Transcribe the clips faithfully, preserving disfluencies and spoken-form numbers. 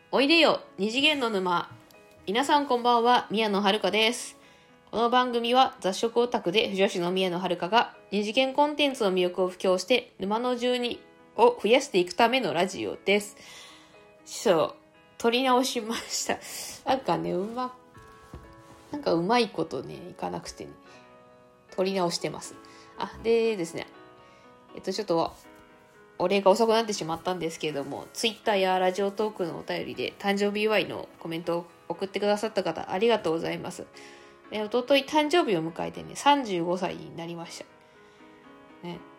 おいでよ二次元の沼。皆さんこんばんは、宮野遥です。この番組は雑食オタクで不女子の宮野遥が二次元コンテンツの魅力を布教して沼の住人を増やしていくためのラジオです。ちょっと撮り直しました。なんかね、うまなんかうまいことねいかなくてね、撮り直してます。あ、でですね、えっとちょっとお礼が遅くなってしまったんですけれども、ツイッターやラジオトークのお便りで誕生日祝いのコメントを送ってくださった方、ありがとうございます。えおととい誕生日を迎えてね、さんじゅうごさいになりました。ね、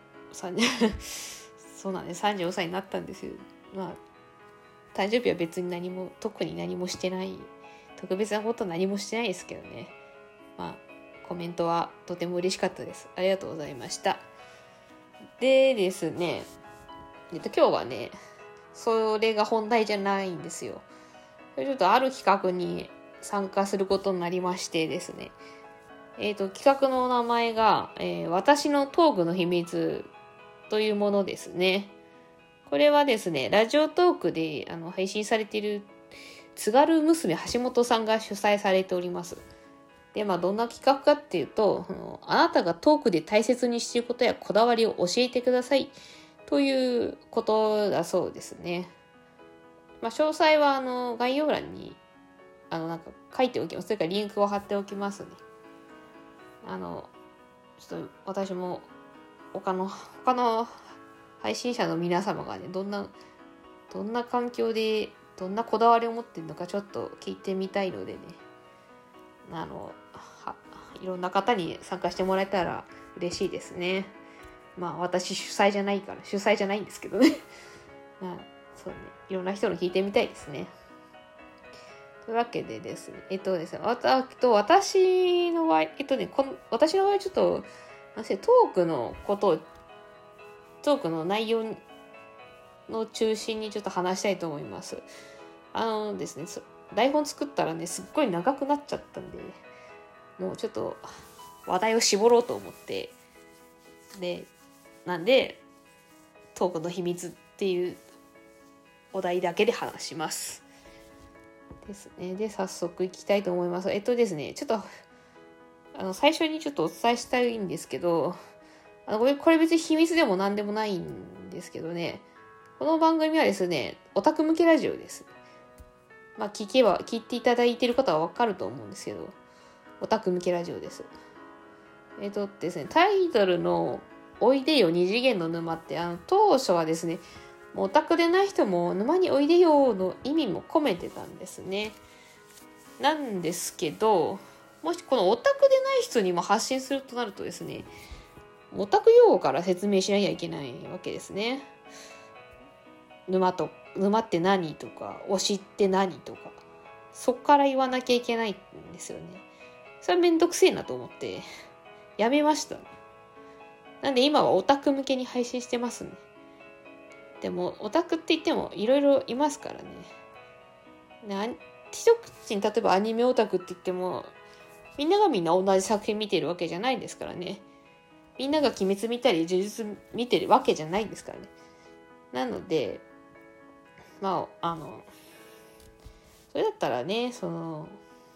そうなんです、さんじゅうごさいになったんですよ。まあ、誕生日は別に何も、特に何もしてない、特別なこと何もしてないですけどね。まあ、コメントはとても嬉しかったです。ありがとうございました。でですね、えっと、今日はね、それが本題じゃないんですよ。ちょっとある企画に参加することになりましてですね。えっと、企画の名前が、えー、私のトークの秘密というものですね。これはですね、ラジオトークであの配信されている津軽娘橋本さんが主催されております。で、まあ、どんな企画かっていうと、あの、あなたがトークで大切にしていることやこだわりを教えてくださいということだそうですね。まあ、詳細はあの概要欄にあのなんか書いておきます。それからリンクを貼っておきますね。あの、ちょっと私も他の他の配信者の皆様がね、どんなどんな環境でどんなこだわりを持ってるのかちょっと聞いてみたいのでね。あのいろんな方に参加してもらえたら嬉しいですね。まあ私主催じゃないから主催じゃないんですけどね。まあそうね、いろんな人の聞いてみたいですね。というわけでですね、えっとですね、あと私の場合、えっとね、この私の場合ちょっとトークのことをトークの内容の中心にちょっと話したいと思います。あのですね、台本作ったらね、すっごい長くなっちゃったんで、もうちょっと話題を絞ろうと思って、で、なんで、トークの秘密っていうお題だけで話します。ですね。で、早速いきたいと思います。えっとですね、ちょっと、あの、最初にちょっとお伝えしたいんですけど、あのこれ、これ別に秘密でも何でもないんですけどね、この番組はですね、オタク向けラジオです。まあ、聞けば、聞いていただいている方はわかると思うんですけど、オタク向けラジオです。えっとですね、タイトルのおいでよ二次元の沼って、あの、当初はですね、もうオタクでない人も沼においでよの意味も込めてたんですね。なんですけど、もしこのオタクでない人にも発信するとなるとですね、オタク用語から説明しなきゃいけないわけですね。沼と、沼って何とか、推しって何とか、そっから言わなきゃいけないんですよね。それはめんどくせえなと思って、やめました。なんで今はオタク向けに配信してますね。でもオタクって言ってもいろいろいますからね。ね、一口に例えばアニメオタクって言ってもみんながみんな同じ作品見てるわけじゃないですからね。みんなが鬼滅見たり呪術見てるわけじゃないんですからね。なのでまああのそれだったらね、その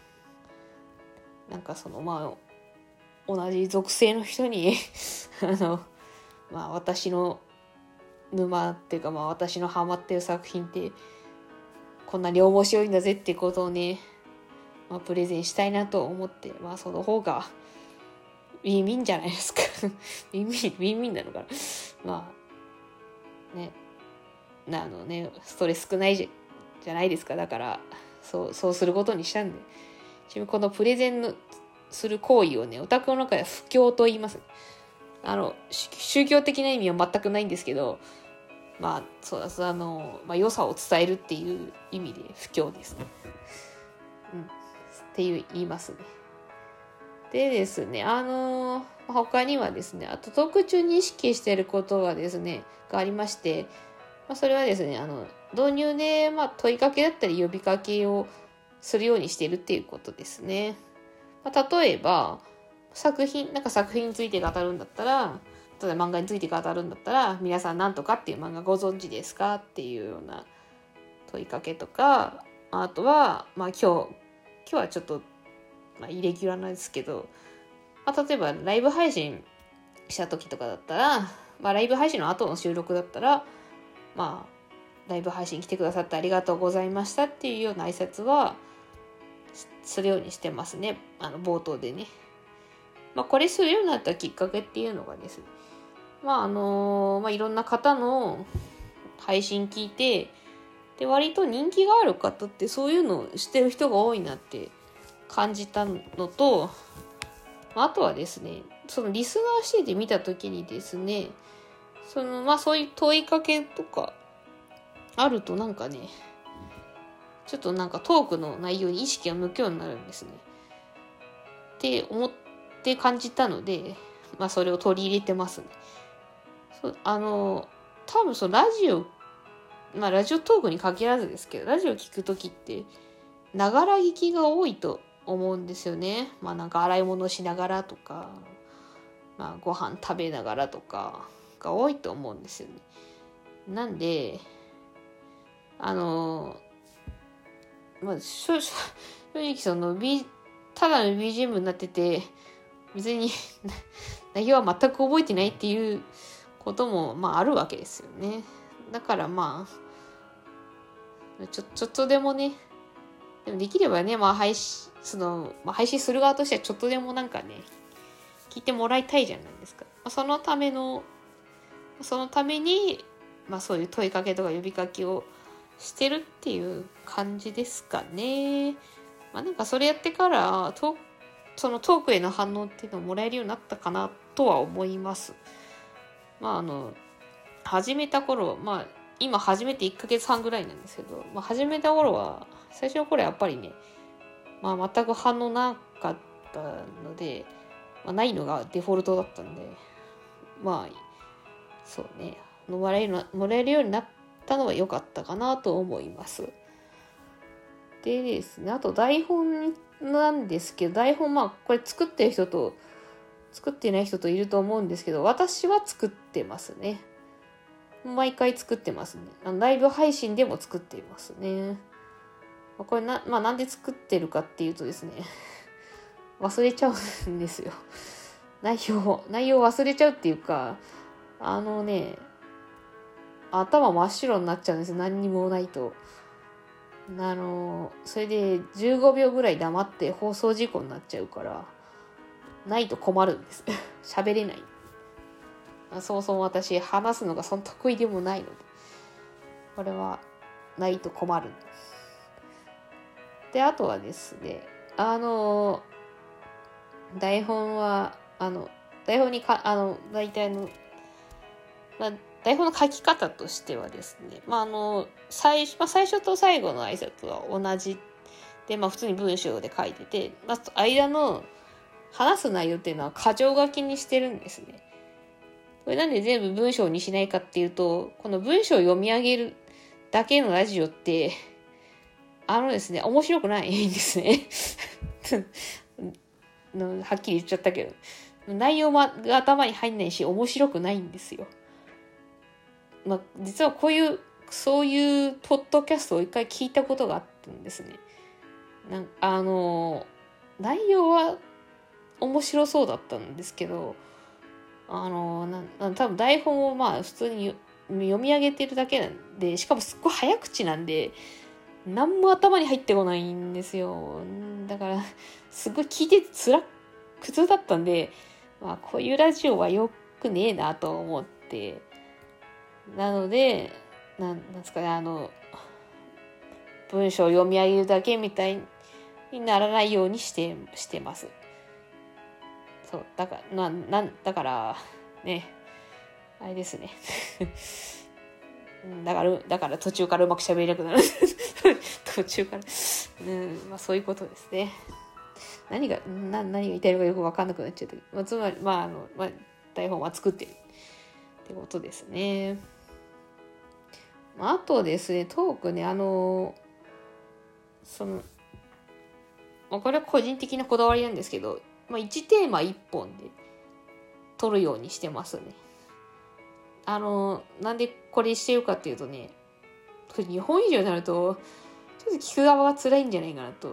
なんかそのまあ同じ属性の人にあのまあ私の沼っていうかまあ私のハマってる作品ってこんなに面白いんだぜってことをね、まあ、プレゼンしたいなと思って、まあその方がウィンウィンじゃないですか。ウィンウィン、ウィンウィンなのかな。まあね、あのね、ストレス少ないじゃ、じゃないですか。だからそうそうすることにしたんで、ちなみにこのプレゼンのする行為をね、オタクの中では布教と言います。あの宗教的な意味は全くないんですけど、まあそうだ、あの、まあ、良さを伝えるっていう意味で布教ですね。うん、っていう言いますね。でですね、あの他にはですね、あとトーク中に意識していることがですねがありまして、まあ、それはですね、あの導入でまあ問いかけだったり呼びかけをするようにしているっていうことですね。まあ、例えば作品なんか作品について語るんだったら、例えば漫画について語るんだったら、皆さん何とかっていう漫画ご存知ですかっていうような問いかけとか、あとは、まあ、今日今日はちょっと、まあ、イレギュラーなんですけど、まあ、例えばライブ配信した時とかだったら、まあ、ライブ配信の後の収録だったら、まあライブ配信来てくださってありがとうございましたっていうような挨拶はするようにしてますね。あの冒頭でね。まあこれするようになったきっかけっていうのがですね、まああのまあいろんな方の配信聞いて、で割と人気がある方ってそういうのをしてる人が多いなって感じたのと、あとはですね、そのリスナーしてて見た時にですね、そのまあそういう問いかけとかあるとなんかね、ちょっとなんかトークの内容に意識が向くようになるんですね。って思って感じたので、まあそれを取り入れてますね。そうあの多分そのラジオ、まあラジオトークに限らずですけど、ラジオ聞くときってながら聞きが多いと思うんですよね。まあなんか洗い物しながらとか、まあご飯食べながらとかが多いと思うんですよね。なんであのまあ正直その、B、ただの ビージーエム になってて別に内容は全く覚えてないっていうこともまああるわけですよね。だからまあちょちょっとでもね、でもできればね、まあ配信その、まあ、配信する側としてはちょっとでもなんかね聞いてもらいたいじゃないですか。まあ、そのためのそのためにまあそういう問いかけとか呼びかけをしてるっていう感じですかね。まあなんかそれやってからトそのトークへの反応っていうのをもらえるようになったかなとは思います。まああの始めた頃、まあ今始めていっかげつはんぐらいなんですけど、まあ、始めた頃は最初の頃はやっぱりね、まあ全く反応なかったので、まあ、ないのがデフォルトだったんで、まあそうね、もらえるもらえるようになったのは良かったかなと思います。でですね、あと台本なんですけど、台本まあこれ作ってる人と作ってない人といると思うんですけど、私は作ってますね。毎回作ってますね。あのライブ配信でも作っていますね。これな、まあ、なんで作ってるかっていうとですね、忘れちゃうんですよ。内容、内容忘れちゃうっていうか、あのね、頭真っ白になっちゃうんですよ。何にもないと。あの、それでじゅうごびょうぐらい黙って放送事故になっちゃうから、ないと困るんです。喋れない。そもそも私、話すのがそんな得意でもないので、これはないと困る。で、あとはですね、あの、台本は、あの、台本にか、あの、大体の、まあ、台本の書き方としてはですね、まあ、あの、最初、まあ、最初と最後の挨拶は同じで、まあ、普通に文章で書いてて、まあ、間の話す内容っていうのは箇条書きにしてるんですね。これなんで全部文章にしないかっていうと、この文章を読み上げるだけのラジオって、あのですね、面白くないんですね。はっきり言っちゃったけど、内容が頭に入んないし、面白くないんですよ。まあ、実はこういう、そういうポッドキャストを一回聞いたことがあったんですね。なんあの、内容は面白そうだったんですけど、あの、な多分台本をまあ普通に読み上げてるだけなんで、しかもすっごい早口なんで、何も頭に入ってこないんですよ。だから、すごい聞いててつら、苦痛だったんで、まあこういうラジオはよくねえなと思って、なので、なんなんですかね、あの、文章を読み上げるだけみたいにならないようにして、してます。そう、だから、な、なん、だから、ね、あれですね。だから、だから途中からうまく喋れなくなる。途中から。うん、まあそういうことですね。何が、な何が言いたいのかよく分かんなくなっちゃったけど、まあ、つまり、まあ、あの、まあ、台本は作ってるってことですね。まあ、あとですね、トークね、あの、その、まあ、これは個人的なこだわりなんですけど、まあ、いちテーマいっぽんで撮るようにしてますね。あの、なんでこれしてるかっていうとね、 にほん以上になるとちょっと聞く側が辛いんじゃないかなと、うん、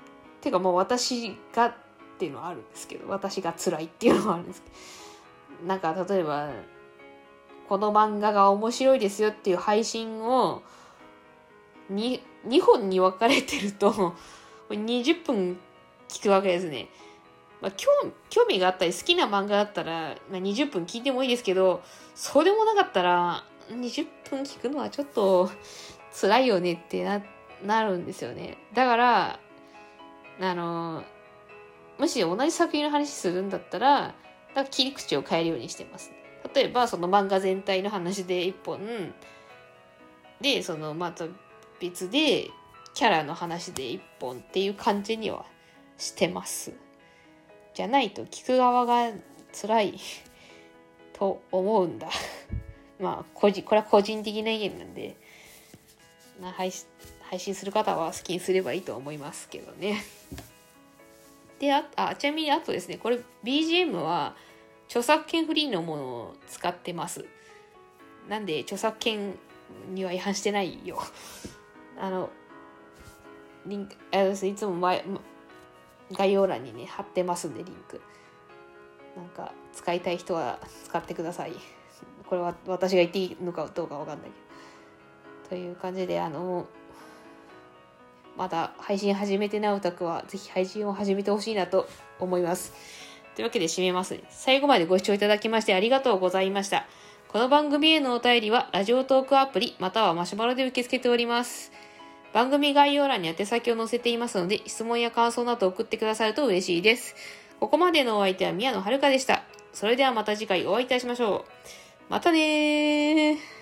てかもう私がっていうのはあるんですけど、私が辛いっていうのはあるんですけど、なんか例えばこの漫画が面白いですよっていう配信をににほんに分かれてるとにじゅっぷん聞くわけですね。まあ、興, 興味があったり好きな漫画だったら、まあ、にじゅっぷん聞いてもいいですけど、そうでもなかったらにじゅっぷん聞くのはちょっと辛いよねって な, なるんですよね。だからあのもし同じ作品の話するんだったら、なんか切り口を変えるようにしてます。例えばその漫画全体の話でいっぽんで、そのまた別でキャラの話でいっぽんっていう感じにはしてます。じゃないと聞く側が辛いと思うんだ。まあ個人これは個人的な意見なんで、まあ、配信配信する方は好きにすればいいと思いますけどね。で、あ、あちなみにあとですね、これ ビージーエム は著作権フリーのものを使ってます。なんで著作権には違反してないよ。あのリンクあいつも前概要欄にね貼ってますんで、リンクなんか使いたい人は使ってください。これは私が言っていいのかどうかわかんないけど、という感じで、あのまだ配信始めてないオタクはぜひ配信を始めてほしいなと思います。というわけで締めます。最後までご視聴いただきましてありがとうございました。この番組へのお便りはラジオトークアプリまたはマシュマロで受け付けております。番組概要欄に宛先を載せていますので、質問や感想など送ってくださると嬉しいです。ここまでのお相手は宮野遥でした。それではまた次回お会いいたしましょう。またねー。